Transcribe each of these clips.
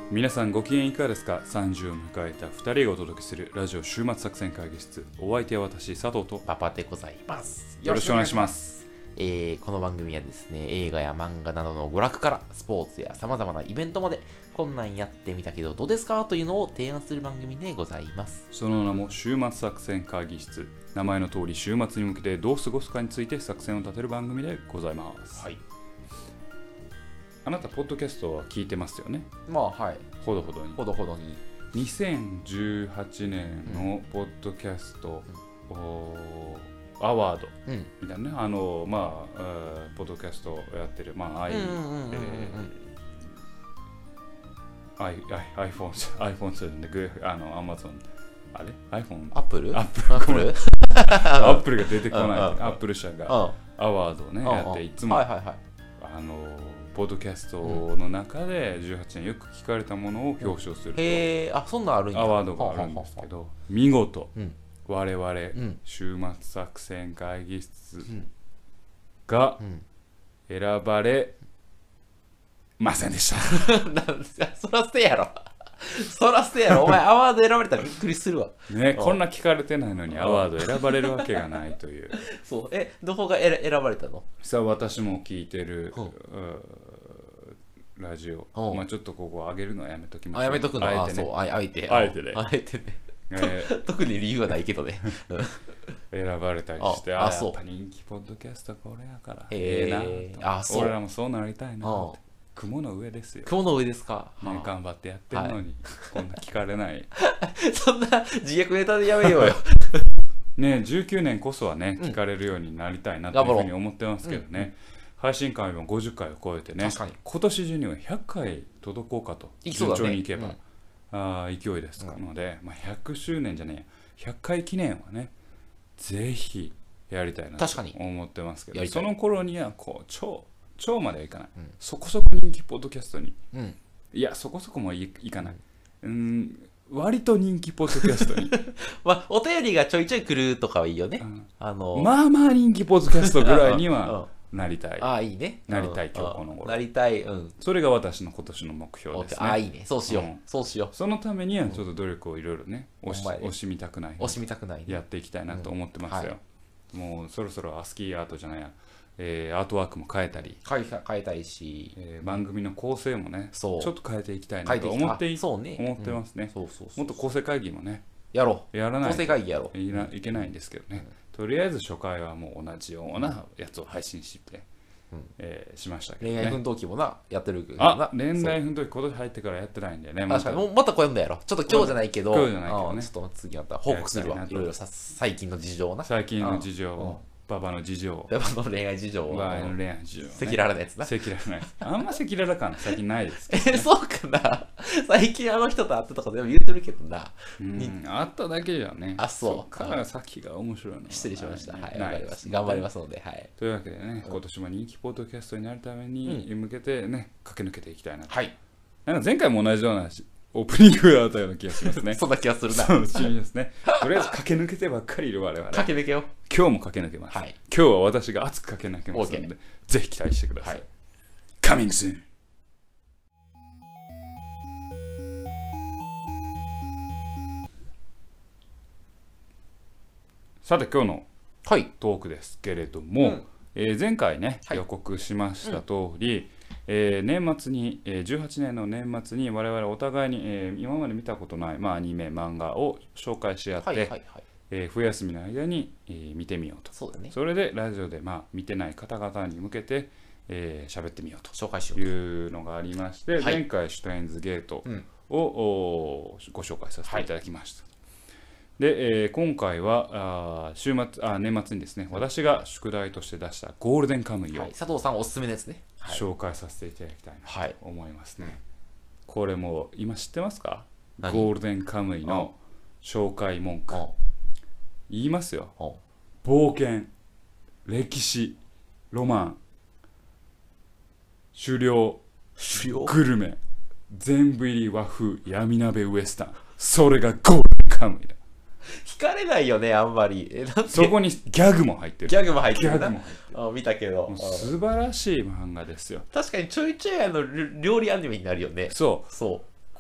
皆さんご機嫌いかがですか。30を迎えた2人がお届けするラジオ週末作戦会議室。お相手は私佐藤とパパでございます。 よろしくお願いします。 この番組はですね、映画や漫画などの娯楽からスポーツや様々なイベントまでこんなんやってみたけどどうですかというのを提案する番組でございます。 その名も週末作戦会議室。名前の通り週末に向けてどう過ごすかについて作戦を立てる番組でございます。 はい。 あなたポッドキャストは聞いてますよね。 まあはい。 ほどほどに。 ほどほどに。 2018年のポッドキャスト、アワードみたいなね、ポッドキャストをやってる、iPhone でAmazon、あれ iPhone？ アップルが出てこない。アップル社がアワードをね、やって、いつも、ポッドキャストの中で18年よく聞かれたものを表彰するそんなんあるんや。 アワードがあるんですけど、見事、我々、週末作戦会議室が選ばれませんでした。 そらせやろ。お前アワード選ばれたらびっくりするわ。 ね、こんな聞かれてないのにアワード選ばれるわけがないという。 そう、どこが選ばれたの？ さあ、私も聞いてるラジオ、ちょっとここ上げるのはやめときましょう。 やめとくの。 あえてね。 あえてね。特に理由はないけどね。 選ばれたりして、やっぱ人気ポッドキャストこれやから、なと。俺らもそうなりたいなって。雲の上ですよ。 雲の上ですか。 ね、頑張ってやってるのに、こんな聞かれない。 そんな自虐ネタでやめようよ。 ね、19年こそはね、聞かれるようになりたいなというふうに思ってますけどね。配信回も50回を超えてね、今年中には100回届こうかと、順調にいけば、勢いですので、100周年じゃねえ、100回記念はね、ぜひやりたいなと思ってますけど、その頃にはこう超まではいかない、そこそこ人気ポッドキャストに、いやそこそこもいかない、割と人気ポッドキャストにお便りがちょいちょい来るとかはいいよね。 まあ人気ポッドキャストぐらいにはなりたい。 いいね。 なりたい今日この頃。 なりたい。 それが私の今年の目標ですね。 いいね。そうしよう。 そのためにはちょっと努力をいろいろね、惜しみたくない。やっていきたいなと思ってますよ。もうそろそろアスキーアートじゃないや、アートワークも変えたり。 変えたいし、 番組の構成もね、ちょっと変えていきたいなと思ってますね。もっと構成会議もね、やらないと構成会議やろう。 いけないんですけどね。とりあえず初回はもう同じようなやつを配信して、しましたけどね。 恋愛奮闘記もやってるけどな。恋愛奮闘記今年入ってからやってないんでね。 確かにまたこうやんだやろ。ちょっと今日じゃないけど、 ちょっと次また報告するわ。いろいろ最近の事情な。 最近の事情、ババの事情、 ババの恋愛事情、 ババの恋愛事情、 赤裸々なやつな。 赤裸々なやつ。あんま赤裸々感最近ないですけど。 そうかな。最近あの人と会ってとかでも言ってるけどな。 会っただけじゃね。 そっから先が面白いの。 失礼しました。はい、わかりました。頑張りますので、はい。 というわけでね、今年も人気ポッドキャストになるために向けてね、駆け抜けていきたいなと。はい。なんか前回も同じようなオープニングがあったような気がしますね。 そんな気がするな。 そうですね。とりあえず駆け抜けてばっかりいる我々。 駆け抜けよう。 今日も駆け抜けます。今日は私が熱く駆け抜けますので、ぜひ期待してください。Coming soon! さて今日のトークですけれども、前回ね予告しました通り、年末に、18年の年末に我々お互いに、今まで見たことない、アニメ漫画を紹介し合って、冬休みの間に、見てみようと。それでラジオで、見てない方々に向けて喋ってみようというのがありまして、前回シュタインズゲートをご紹介させていただきました。で、今回は年末にですね、私が宿題として出したゴールデンカムイを、 佐藤さんおすすめのやつね、 紹介させていただきたいなと思いますね。これも今知ってますか？ゴールデンカムイの紹介文句言いますよ。冒険、歴史、ロマン、狩猟、グルメ、全部入り和風闇鍋ウエスタン、それがゴールデンカムイだ。 聞かれないよね、あんまり。 そこにギャグも入ってる。 ギャグも入ってる。見たけど。 素晴らしい漫画ですよ。 確かにちょいちょい料理アニメになるよね。 そう。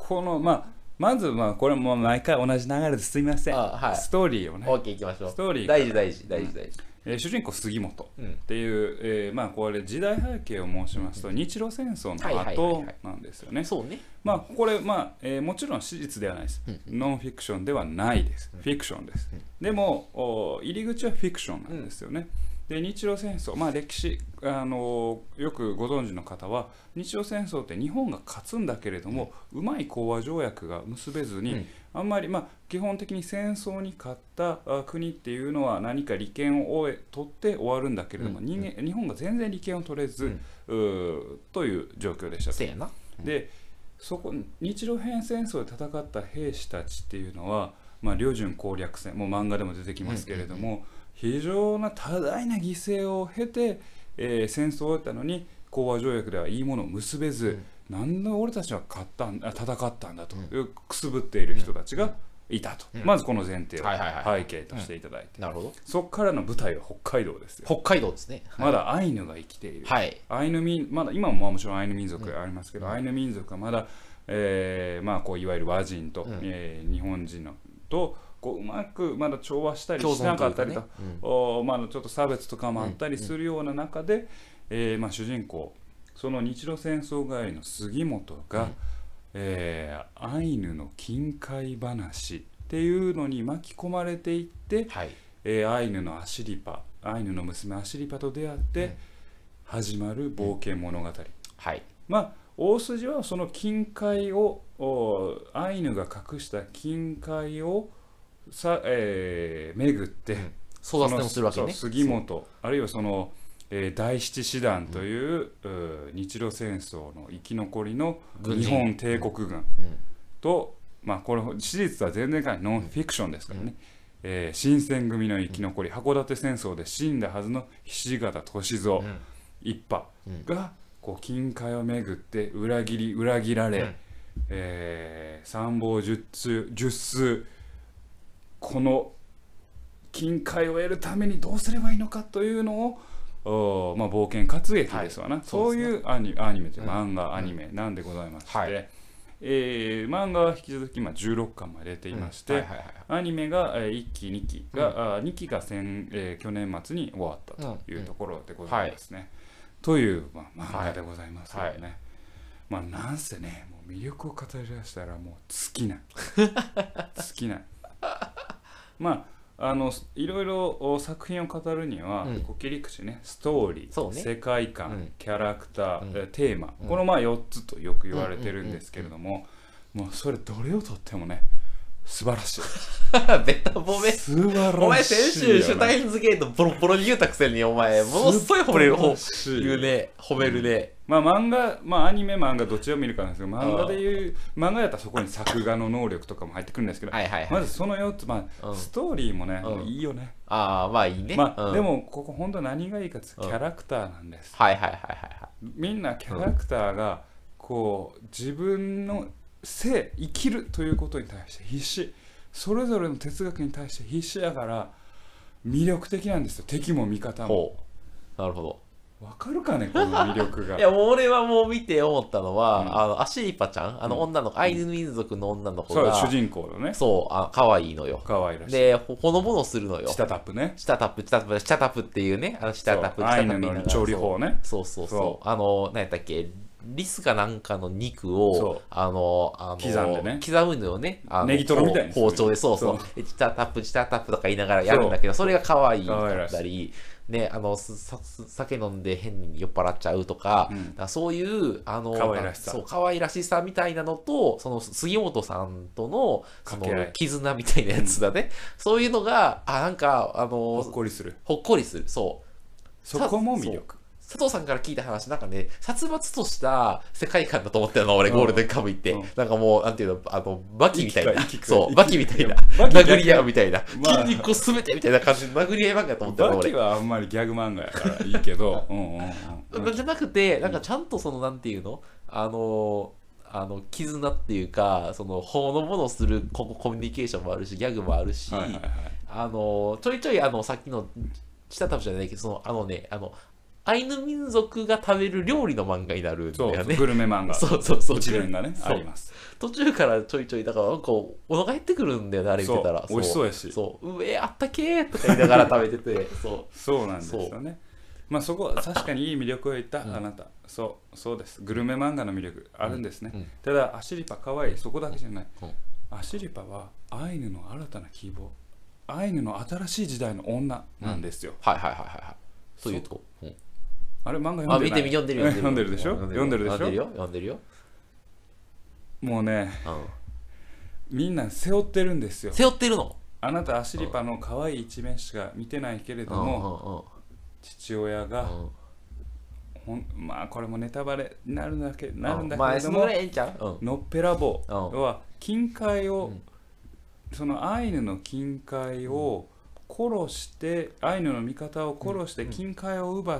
このまずこれも毎回同じ流れですいません、 はい、 ストーリーをね OK いきましょう。 ストーリー大事大事、 主人公杉本うんっていう、これ時代背景を申しますと、日露戦争の後なんですよね。 そうね。 これ、もちろん史実ではないです。ノンフィクションではないです。フィクションです。でも入り口はフィクションなんですよね。で日露戦争、歴史よくご存知の方は、日露戦争って日本が勝つんだけれども、うまい講和条約が結べずに、あんまり基本的に戦争に勝った国っていうのは何か利権を取って終わるんだけれども、日本が全然利権を取れず、という状況でした。 せやな。 で日露戦争で戦った兵士たちっていうのは、旅順攻略戦、もう漫画でも出てきますけれども、非常な多大な犠牲を経て、戦争を終えたのに講和条約ではいいものを結べず、なんで俺たちは戦ったんだとくすぶっている人たちがいたと、まずこの前提を背景としていただいて、 なるほど。 そこからの舞台は北海道ですよ。 北海道ですね。 まだアイヌが生きている、アイヌまだ今ももちろんアイヌ民族がありますけど、アイヌ民族がまだ、こういわゆる和人と、日本人のとうまくまだ調和したりしなかったりと、まだちょっと差別とかもあったりするような中で、主人公その日露戦争帰りの杉本が、アイヌの近海話っていうのに巻き込まれていって、アイヌのアイヌの娘アシリパと出会って始まる冒険物語。大筋はその近海をアイヌが隠した近海を巡って、 争奪戦をするわけね。 杉本あるいはその、第七師団という、日露戦争の生き残りの日本帝国軍と、これ史実は全然ないノンフィクションですからね、新選組の生き残り、函館戦争で死んだはずの土方歳三一派がこう近海を巡って裏切られ、参謀術数この近海を得るためにどうすればいいのかというのを冒険活劇ですわな、そういうアニメという漫画、アニメなんでございまして、漫画は引き続き今16巻まで出ていまして、アニメが1期2期が、2期が去年末に終わったというところでございますね。という、漫画でございますよね。なんせね、もう魅力を語り出したらもう尽きない尽きない。いろいろ作品を語るには、切り口ね、ストーリー、世界観、キャラクター、テーマ、この4つとよく言われてるんですけれども、もうそれどれをとってもね、素晴らしい。 ベタ褒め。 素晴らしい。 お前先週シュタインズゲートボロボロに言うたくせに、お前ものすごい褒める言うね、褒めるね。 漫画、アニメ漫画どっちを見るかなんですけど、漫画やったらそこに作画の能力とかも入ってくるんですけど、まずその4つ、ストーリーもね、いいよね。 いいね。 でもここ本当何がいいかってキャラクターなんです。みんなキャラクターがこう自分の生きるということに対して必死、それぞれの哲学に対して必死やから魅力的なんですよ、敵も味方も。 なるほど。 わかるかね、この魅力が。 いや、俺はもう見て思ったのは、アシリパちゃん、女の子、アイヌ民族の女の子が、 主人公のね。 可愛いのよ。 可愛らしい。 で、ほのぼのするのよ。 チタタップね。 チタタップっていうね、 アイヌの調理法ね。 何やったっけ、リスかなんかの肉を刻んでね、 刻むのよね、 ネギトロみたいに包丁で、チタタップとか言いながらやるんだけど、それが可愛いかったりね、酒飲んで変に酔っ払っちゃうとか、そういう可愛らしさみたいなのと、その杉本さんとのその絆みたいなやつだね、そういうのがほっこりする。 そこも魅力。 佐藤さんから聞いた話、なんかね、殺伐とした世界観だと思ってたの、俺、ゴールデンカムイって。なんかもう、なんていうの、バキみたいな。バキみたいな。殴り合うみたいな。筋肉をすべてみたいな感じで殴り合い漫画だと思ってたの、俺。 バキはあんまりギャグ漫画やからいいけど、 じゃなくて、なんかちゃんとその、なんていうの絆っていうか、その、ほのぼのするコミュニケーションもあるし、ギャグもあるし、ちょいちょい、さっきの、チタタブじゃないけど、 アイヌ民族が食べる料理の漫画になるんだよね。 そうグルメ漫画一連がねあります。 途中からちょいちょいだからなんかお腹減ってくるんだよね、あれ見てたら。 美味しそうやし、 うえあったけーとか言いながら食べててそうなんですよね。まあそこは確かにいい魅力を言った、あなた。そうです。グルメ漫画の魅力あるんですね。ただアシリパ可愛い、そこだけじゃない。アシリパはアイヌの新たな希望、アイヌの新しい時代の女なんですよ。 はいはいはいはいはい。そういうとこ。 あれ漫画読んでない？ 読んでる読んでるでしょ？読んでるでしょ？ 読んでるよ。 もうね、みんな背負ってるんですよ。 背負ってるの？ あなたアシリパの可愛い一面しか見てないけれども、父親がまあこれもネタバレになるんだけれども、のっぺらぼうは金塊を、そのアイヌの金塊を殺して、アイヌの味方を殺して金塊を奪って、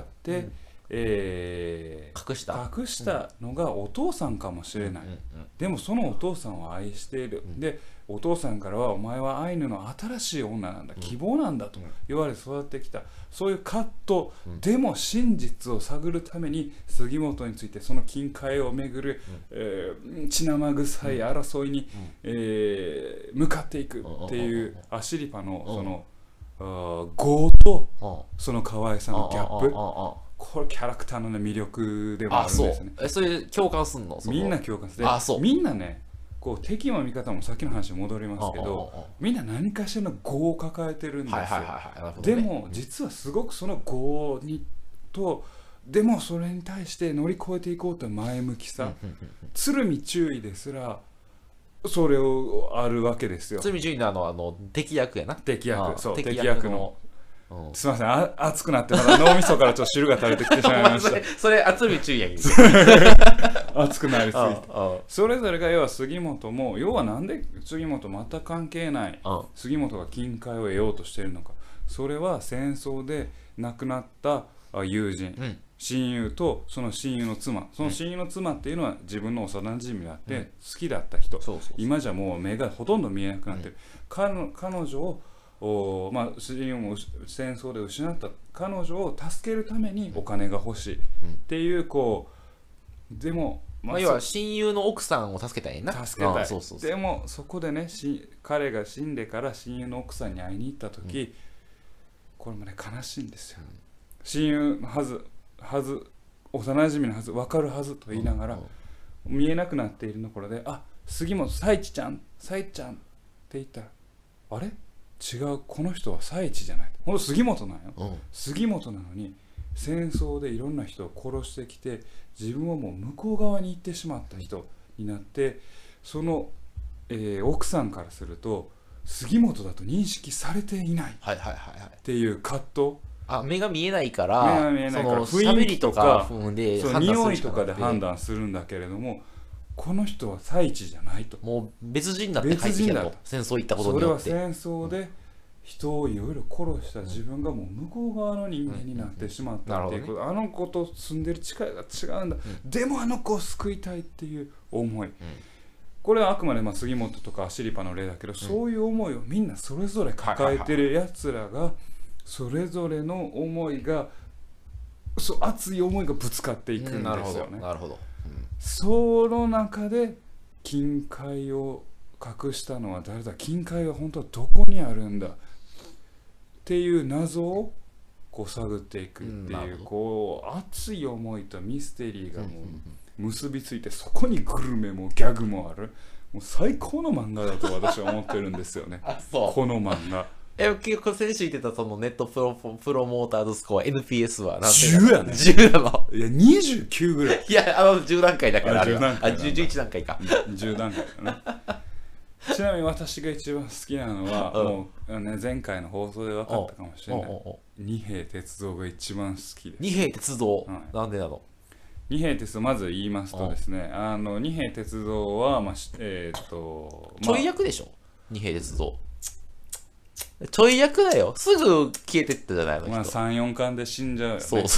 隠したのがお父さんかもしれない。でもそのお父さんを愛している。でお父さんからはお前はアイヌの新しい女なんだ、希望なんだと言われ育ってきた。そういう葛藤、でも真実を探るために杉本についてその金塊をめぐる、血生臭い争いに、向かっていくっていうアシリパのその業とその可愛さのギャップ、これキャラクターの、ね、魅力でもあるんですね。 それ共感すんの？ みんな共感する。みんなね、こう敵も味方もさっきの話に戻りますけど、みんな何かしらの業を抱えてるんですよ。でも実はすごくその業にでもそれに対して乗り越えていこうという前向きさ、鶴見注意ですらそれをあるわけですよ。 鶴見注意の敵役やな。 敵役の。すみません、熱くなってまだ脳みそからちょっと汁が垂れてきてしまいました。 それ熱み注意やん。 熱くなりすぎて。それぞれが要は杉本も、要はなんで杉本全く関係ない杉本が金塊を得ようとしているのか。それは戦争で亡くなった友人、親友とその親友の妻、その親友の妻っていうのは自分の幼馴染であって好きだった人、今じゃもう目がほとんど見えなくなってる。彼女を親友も戦争で失った彼女を助けるためにお金が欲しいっていう、でも、 要は親友の奥さんを助けたいな。 助けたい。でもそこでね、彼が死んでから親友の奥さんに会いに行った時、これもね悲しいんですよ。親友のはず幼馴染のはず、分かるはずと言いながら、見えなくなっているところで、杉本さいちちゃんって言ったら、あれ違う、この人は最一じゃない、ほんと杉本なんよ、杉本なのに戦争でいろんな人を殺してきて、自分はもう向こう側に行ってしまった人になって、その、奥さんからすると杉本だと認識されていないっていう葛藤、 目が見えないから雰囲気とか匂いとかで判断するんだけれども、この人は最一じゃないと、 もう別人だって帰ってきたと、戦争行ったことによって。 それは戦争で人をいろいろ殺した自分がもう向こう側の人間になってしまったっていうこと、あの子と住んでる力が違うんだ、でもあの子を救いたいっていう思い、これはあくまで杉本とかアシリパの例だけど、そういう思いをみんなそれぞれ抱えてるやつらが、それぞれの思いが、熱い思いがぶつかっていくんですよね。 なるほど。 その中で金塊を隠したのは誰だ、金塊は本当はどこにあるんだっていう謎を探っていくっていう、熱い思いとミステリーがもう結びついて、そこにグルメもギャグもある、もう最高の漫画だと私は思ってるんですよね。この漫画結構先週言ってたそのネットプロモーターズスコア NPS は 10やね。 10なの。 いや29ぐらい。 いや10段階だから、11段階か。 10段階だね。ちなみに私が一番好きなのは、もうね、前回の放送で分かったかもしれない、二平鉄道が一番好きです。 二平鉄道、なんでなの？ 二平鉄道、まず言いますとですね、二平鉄道はちょい役でしょ、二平鉄道ちょい役だよ。すぐ消えてったじゃないの。 3、4巻で死んじゃうよね。 そう。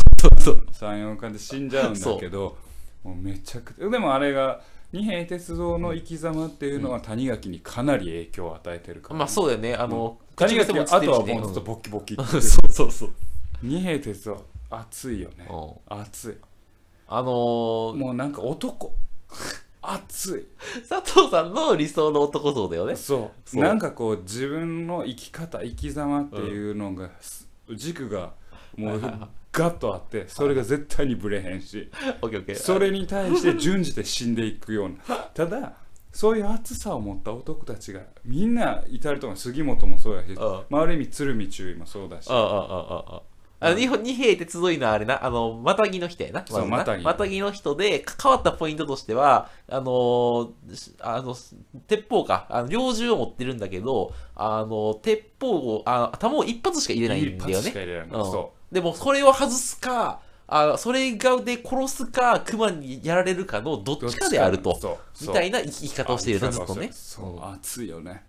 3、4巻で死んじゃうんだけど、もうめちゃくちゃ、でもあれが二平鉄道の生き様っていうのは谷垣にかなり影響を与えてるから、 そうだよね。 谷垣はあとはもうずっとボキボキってそう。 二平鉄道熱いよね。熱い。 もうなんか男熱い。 佐藤さんの理想の男像だよね。 そうなんかこう自分の生き方生き様っていうのが、軸がもうガッとあってそれが絶対にブレへんしそれに対して順じて死んでいくようなただそういう熱さを持った男たちがみんないたると思う。杉本もそうやし、ある意味鶴見中尉もそうだし、 二兵って集いのあれな、またぎの人やな。 そう、またぎの人で、変わったポイントとしては、鉄砲か、猟銃を持ってるんだけど、鉄砲を、弾を一発しか入れないんだよね。 一発しか入れない。そう。でも、それを外すか、それがで殺すか、熊にやられるかのどっちかであると。みたいな生き方をしているの、ずっとね。 そう、熱いよね。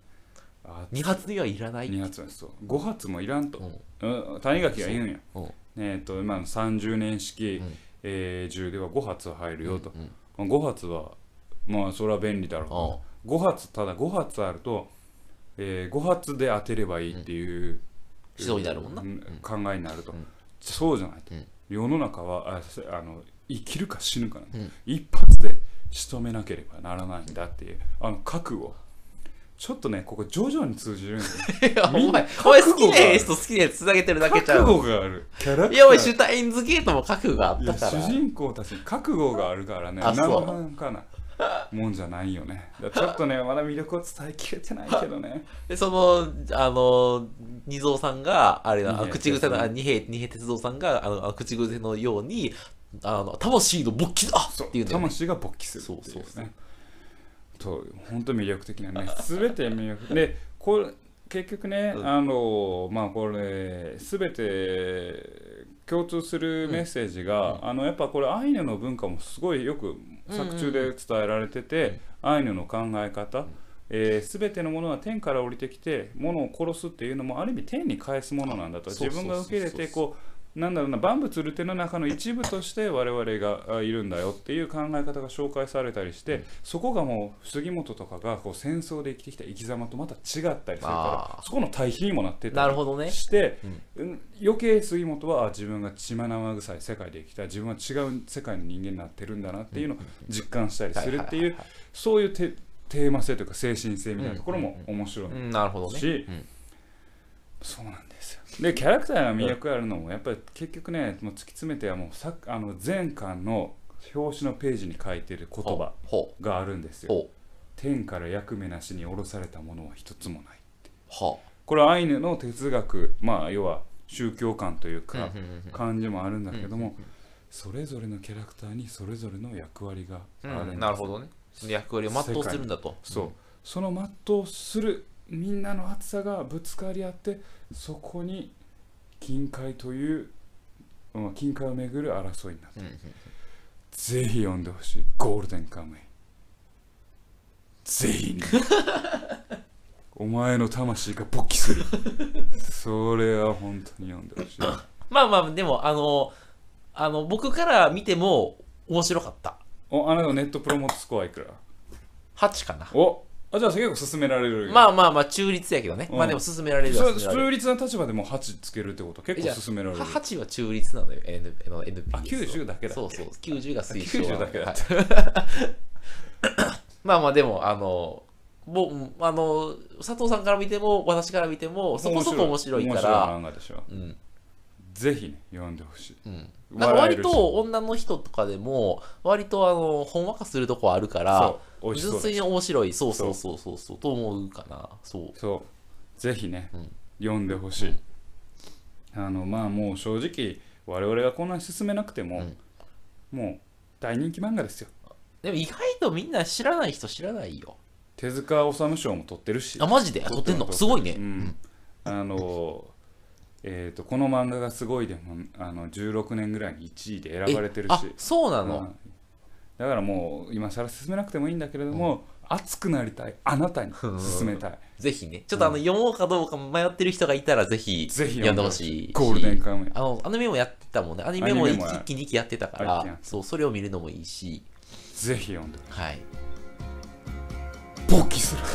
2発にはいらない。 2発はそう。5発もいらんと。谷垣が言うんや。今の30年式、銃では5発は入るよと。5発は、まあ、それは便利だろう。ただ5発あると、5発で当てればいいっていう思想になるもんな。 考えになると。そうじゃないと。世の中は生きるか死ぬかなん、一発で仕留めなければならないんだっていう覚悟。ちょっとねここ徐々に通じるんですよ。 お前好きな人好きなやつつなげてるだけちゃう。 覚悟があるキャラクター。 いやお前シュタインズゲートも覚悟があったから。 主人公たちに覚悟があるからね。なんかなもんじゃないよね。ちょっとねまだ魅力を伝えきれてないけどね。 で二蔵さんがあれな口癖の二平鉄道さんが口癖のように魂の勃起だっていうね。 魂が勃起するっていうね。本当魅力的なね。全て魅力でこれ結局ね、まあこれ全て共通するメッセージが、やっぱこれアイヌの文化もすごいよく作中で伝えられてて、アイヌの考え方、全てのものは天から降りてきて物を殺すっていうのもある意味天に返すものなんだと。自分が受け入れてこうなんだろうな、万物ウルテの中の一部として我々がいるんだよっていう考え方が紹介されたりして、そこがもう杉本とかがこう戦争で生きてきた生き様とまた違ったりするから、そこの対比にもなってたりして、余計杉本は自分が血まなま臭い世界で生きた、自分は違う世界の人間になってるんだなっていうのを実感したりするっていう、そういうテーマ性というか精神性みたいなところも面白いし、そうなんですよ。でキャラクターが魅力あるのもやっぱり結局ね、もう突き詰めてはもう前巻の表紙のページに書いてる言葉があるんですよ。天から役目なしに下ろされたものは一つもないって。これはアイヌの哲学、まあ要は宗教観というか感じもあるんだけども、それぞれのキャラクターにそれぞれの役割があるんですよ。 なるほどね。その役割を全うするんだと。 そう、その全うするみんなの熱さがぶつかり合って、そこに金塊という金塊をめぐる争いになって、ぜひ読んでほしい。ゴールデンカムイぜひねお前の魂が勃起するそれは本当に読んでほしい。 まあでも僕から見ても面白かった。 あなたのネットプロモートスコアいくら ？8かな。 じゃあ結構進められる。 まあ中立やけどね。まあでも進められる。 中立な立場でも8つけるってこと結構進められる。 8は中立なのよ。NP。 90だけだ。 そう90が推奨。 90だけだったまあでも佐藤さんから見ても私から見てもそこそこ面白いから。 面白い漫画でしょ。ぜひね読んでほしい。 なんか割と女の人とかでも割とほんわかするとこはあるから純粋に面白い。そうと思うかな。 そうぜひね、読んでほしい。まあもう正直我々がこんなに進めなくても、もう大人気漫画ですよ。 でも意外とみんな知らない人知らないよ。 手塚治虫賞も取ってるし。 マジで取ってんの？すごいね。 この漫画がすごいでも16年ぐらいに1位で選ばれてるし。 そうなの？ だからもう今更進めなくてもいいんだけれども、熱くなりたいあなたに進めたい。 ぜひね、ちょっと読もうかどうか迷ってる人がいたらぜひ読んでほしい。 ゴールデンカムイ。 アニメもやってたもんね。アニメも1期2期やってたから、それを見るのもいいし、 ぜひ読んでほしい。 はい。 勃起する。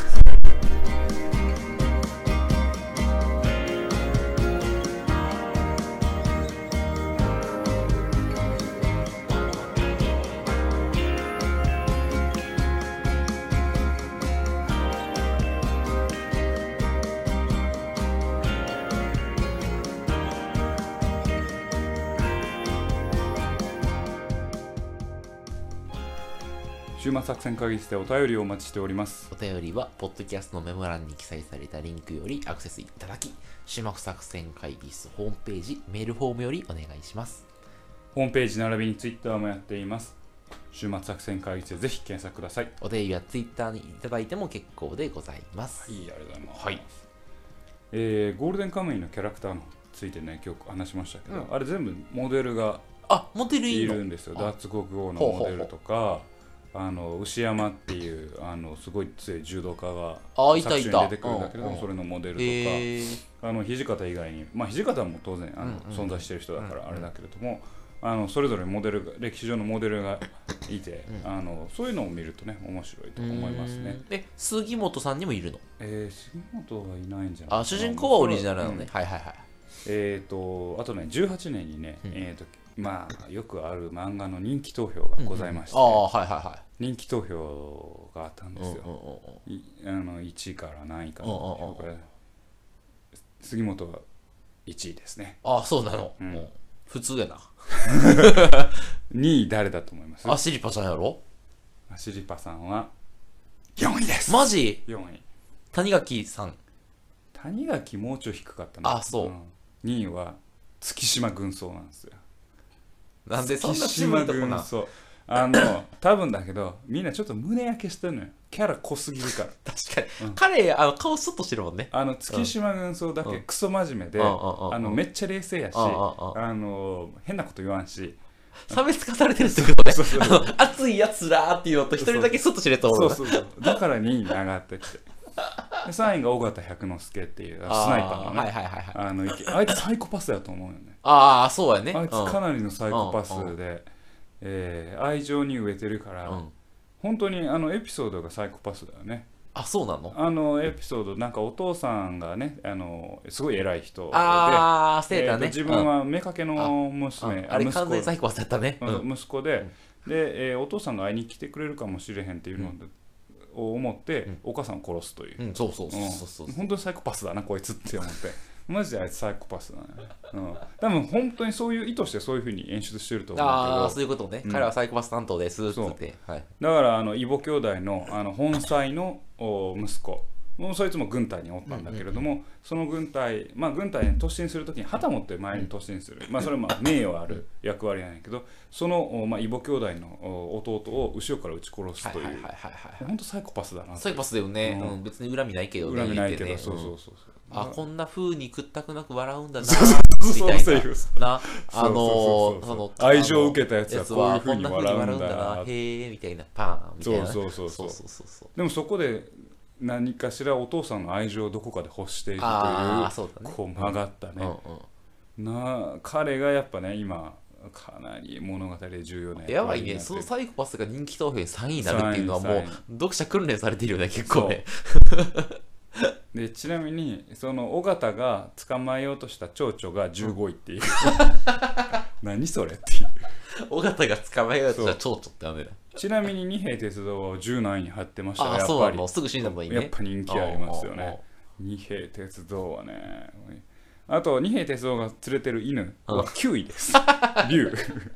週末作戦会議室でお便りをお待ちしております。 お便りはポッドキャストのメモ欄に記載されたリンクよりアクセスいただき、週末作戦会議室ホームページメールフォームよりお願いします。 ホームページ並びにツイッターもやっています。週末作戦会議室でぜひ検索ください。 お便りはツイッターにいただいても結構でございます。 はい、ありがとうございます。 はい。 ゴールデンカムイのキャラクターについてね、今日話しましたけど、あれ全部モデルがいるんですよ。脱国王のモデルとか、牛山っていうすごい強い柔道家が作中に出てくるんだけど、それのモデルとか、土方以外に、土方も当然存在してる人だからあれだけれども、それぞれモデルが歴史上のモデルがいて、そういうのを見るとね面白いと思いますね。 杉本さんにもいるの？ 杉本はいないんじゃないかな。 主人公はオリジナルなのね。はいはいはい。 あとね18年にね、よくある漫画の人気投票がございまして、人気投票があったんですよ。1位から何位か杉本は1位ですね。 そうなの。普通やな。 2位誰だと思います？ アシリパさんやろ？ アシリパさんは4位です。 マジ ？4位。 谷垣さん。 谷垣もうちょい低かったな。 そう。 2位は月島軍曹なんですよ。 なんでそんな渋いとこな。 多分だけどみんなちょっと胸焼けしてるのよ。キャラ濃すぎるから。 確かに、彼顔スッとしてるもんね。 月島軍曹だけクソ真面目で、めっちゃ冷静やし、変なこと言わんし、 差別化されてるってことね。熱いやつらーっていうのと一人だけスッとしてると思う。 そうだから2位に上がってきて、3位が尾形百之助っていうスナイパーのね、あいつサイコパスだと思うよね。 そうやね。 あいつかなりのサイコパスで、愛情に飢えてるから、本当にエピソードがサイコパスだよね。 そうなの？ エピソードなんかお父さんがねすごい偉い人で、自分は妾の娘、 あれ完全にサイコパスだったね。 息子で、お父さんが会いに来てくれるかもしれへんっていうのを思ってお母さんを殺すという。本当にサイコパスだなこいつって思って。マジであいつサイコパスだね。多分本当にそういう意図してそういう風に演出してると思うけど。 そういうことね。彼はサイコパス担当ですってって。 だから異母兄弟の本妻の息子、そいつも軍隊におったんだけれども、その軍隊に突進するときに旗持って前に突進する。それは名誉ある役割なんやけど、その異母兄弟の弟を後ろから撃ち殺すという。本当サイコパスだな。 サイコパスだよね。別に恨みないけどね。 恨みないけど、そう。 こんな風に屈託なく笑うんだなみたいな。 愛情を受けたやつはこういう風に笑うんだな。 へえみたいなパーンみたいな。 そう。でもそこで何かしらお父さんの愛情をどこかで欲しているというこう曲がったね。彼がやっぱね今かなり物語で重要なやばいね。そのサイコパスが人気投票に3位になるっていうのはもう読者訓練されてるよね結構ね。 でちなみにその尾形が捕まえようとした蝶々が15位っていう、何それっていう。 尾形が捕まえようとした蝶々ってなんだよ。 ちなみに二兵鉄道は10何位に入ってましたが、 そうなの。すぐ死んだもんいいね。 やっぱ人気ありますよね。二兵鉄道はね。あと二兵鉄道が連れてる犬は9位です。龍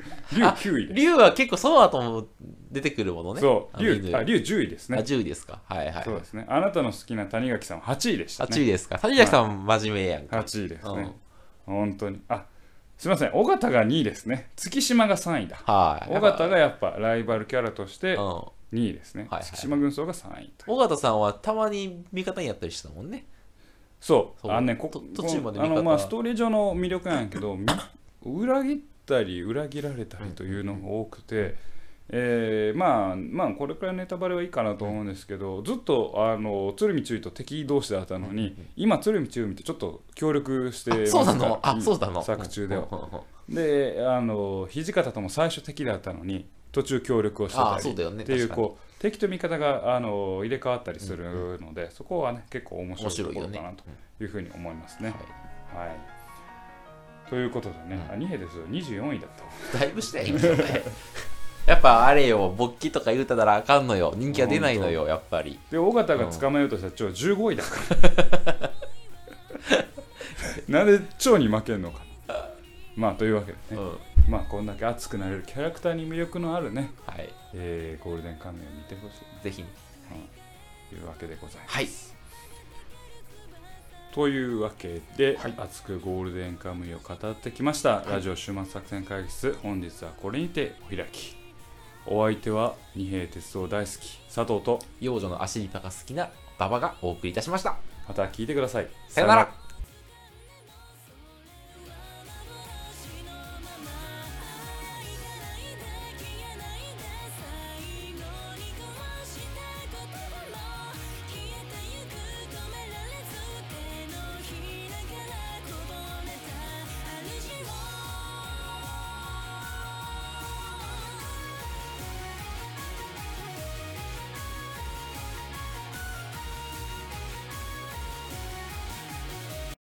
9位です。 龍は結構その後も出てくるものね。 そう龍10位ですね。 10位ですか。 そうですね。あなたの好きな谷垣さんは8位でしたね。 8位ですか。谷垣さん真面目やんか。 8位ですね。本当に。すみません。尾形が2位ですね。月島が3位だ。尾形がやっぱライバルキャラとして2位ですね。月島軍曹が3位。 尾形さんはたまに味方にやったりしたもんね。 そう。 途中まで味方。 ストーリー上の魅力なんやけど、裏切ったり裏切られたりというのが多くて、これくらいネタバレはいいかなと思うんですけど、ずっと鶴見注意と敵同士だったのに、今鶴見注意とちょっと協力してますから。 そうなの。 作中では。で土方とも最初敵だったのに途中協力をしてたりっていう敵と味方が入れ替わったりするので、そこはね結構面白いところかなというふうに思いますね。はい。ということでね、二兵ですよ24位だった。 だいぶしたいんだよね。やっぱあれよ、勃起とか言うたらあかんのよ。人気は出ないのよ、やっぱり。 で、尾形が捕まえようとした蝶15位だから。なんで蝶に負けんのか。というわけでね。 まあこんだけ熱くなれるキャラクターに魅力のあるね、 はい、 ゴールデンカムイを見てほしい、 ぜひ、 というわけでございます。 はい、 というわけで、熱くゴールデンカムイを語ってきました、ラジオ終末作戦会議室、本日はこれにてお開き。お相手は二平鉄道大好き佐藤と幼女の足リパが好きな馬場がお送りいたしました。 また聞いてください。 さよなら。